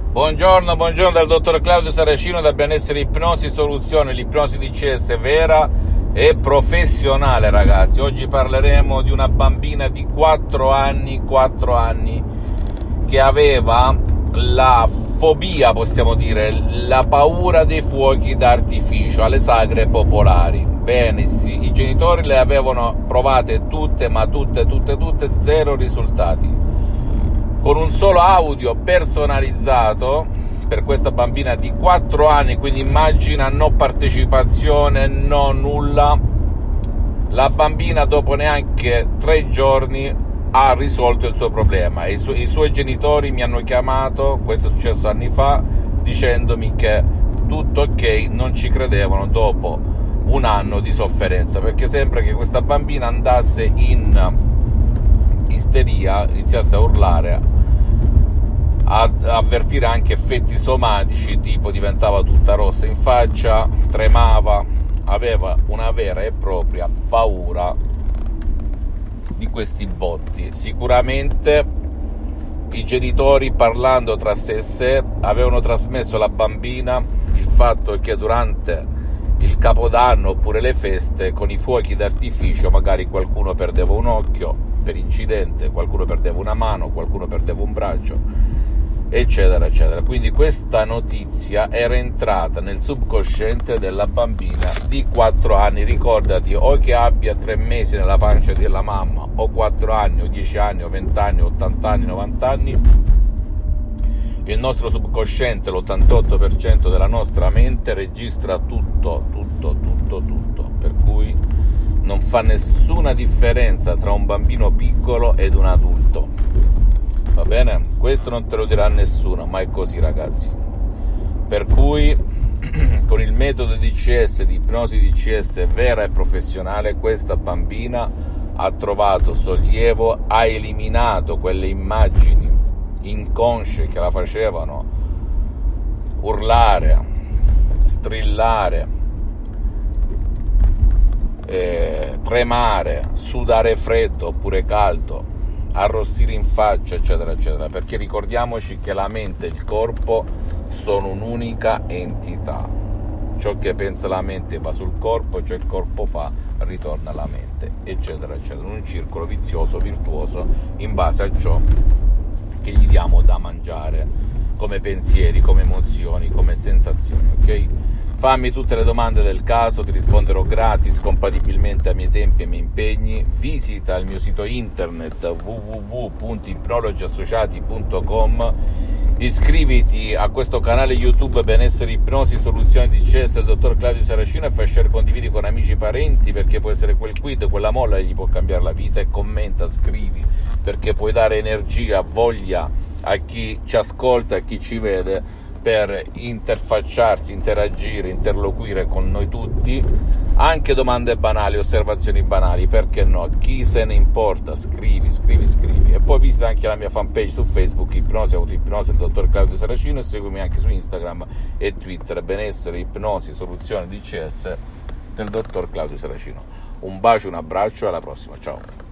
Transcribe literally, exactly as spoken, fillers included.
Buongiorno, buongiorno dal dottor Claudio Saracino da Benessere Ipnosi Soluzione, l'ipnosi D C S vera e professionale, ragazzi. Oggi parleremo di una bambina di quattro anni, quattro anni che aveva la fobia, possiamo dire, la paura dei fuochi d'artificio alle sagre popolari. Bene, sì, i genitori le avevano provate tutte, ma tutte, tutte, tutte, zero risultati. Con un solo audio personalizzato per questa bambina di quattro anni, quindi immagina, no partecipazione, no nulla, la bambina dopo neanche tre giorni ha risolto il suo problema. I, su- i suoi genitori mi hanno chiamato, questo è successo anni fa, dicendomi che tutto ok, non ci credevano dopo un anno di sofferenza, perché sembra che questa bambina andasse in isteria, iniziasse a urlare, a avvertire anche effetti somatici, tipo diventava tutta rossa in faccia, tremava, aveva una vera e propria paura di questi botti. Sicuramente i genitori, parlando tra sé e sé, avevano trasmesso alla bambina il fatto che durante il Capodanno oppure le feste, con i fuochi d'artificio, magari qualcuno perdeva un occhio per incidente, qualcuno perdeva una mano, qualcuno perdeva un braccio, eccetera eccetera. Quindi questa notizia era entrata nel subconsciente della bambina di quattro anni. Ricordati, o che abbia tre mesi nella pancia della mamma, o quattro anni, o dieci anni, o venti anni, o ottanta anni, novanta anni, il nostro subconsciente, l'ottantotto per cento della nostra mente, registra tutto, tutto, tutto, tutto, per cui non fa nessuna differenza tra un bambino piccolo ed un adulto, va bene? Questo non te lo dirà nessuno, ma è così, ragazzi. Per cui con il metodo D C S, di ipnosi D C S vera e professionale, questa bambina ha trovato sollievo, ha eliminato quelle immagini inconsce che la facevano urlare, strillare, eh, tremare, sudare freddo oppure caldo, arrossire in faccia, eccetera eccetera, perché ricordiamoci che la mente e il corpo sono un'unica entità. Ciò che pensa la mente va sul corpo, ciò che il corpo fa ritorna alla mente, eccetera eccetera, un circolo vizioso, virtuoso, in base a ciò che gli diamo da mangiare come pensieri, come emozioni, come sensazioni, ok? Fammi tutte le domande del caso, ti risponderò gratis, compatibilmente ai miei tempi e ai miei impegni. Visita il mio sito internet w w w punto ipnologi associati punto com, iscriviti a questo canale YouTube Benessere Ipnosi Soluzioni D C S del dottor Claudio Saracino e fai share, condividi con amici e parenti, perché può essere quel quid, quella molla che gli può cambiare la vita, e commenta, scrivi, perché puoi dare energia, voglia a chi ci ascolta, a chi ci vede, per interfacciarsi, interagire, interloquire con noi tutti. Anche domande banali, osservazioni banali, perché no? Chi se ne importa? Scrivi, scrivi, scrivi. E poi visita anche la mia fanpage su Facebook, Ipnosi, Autoipnosi del dottor Claudio Saracino, e seguimi anche su Instagram e Twitter, Benessere Ipnosi Soluzione D C S del dottor Claudio Saracino. Un bacio, un abbraccio e alla prossima, ciao.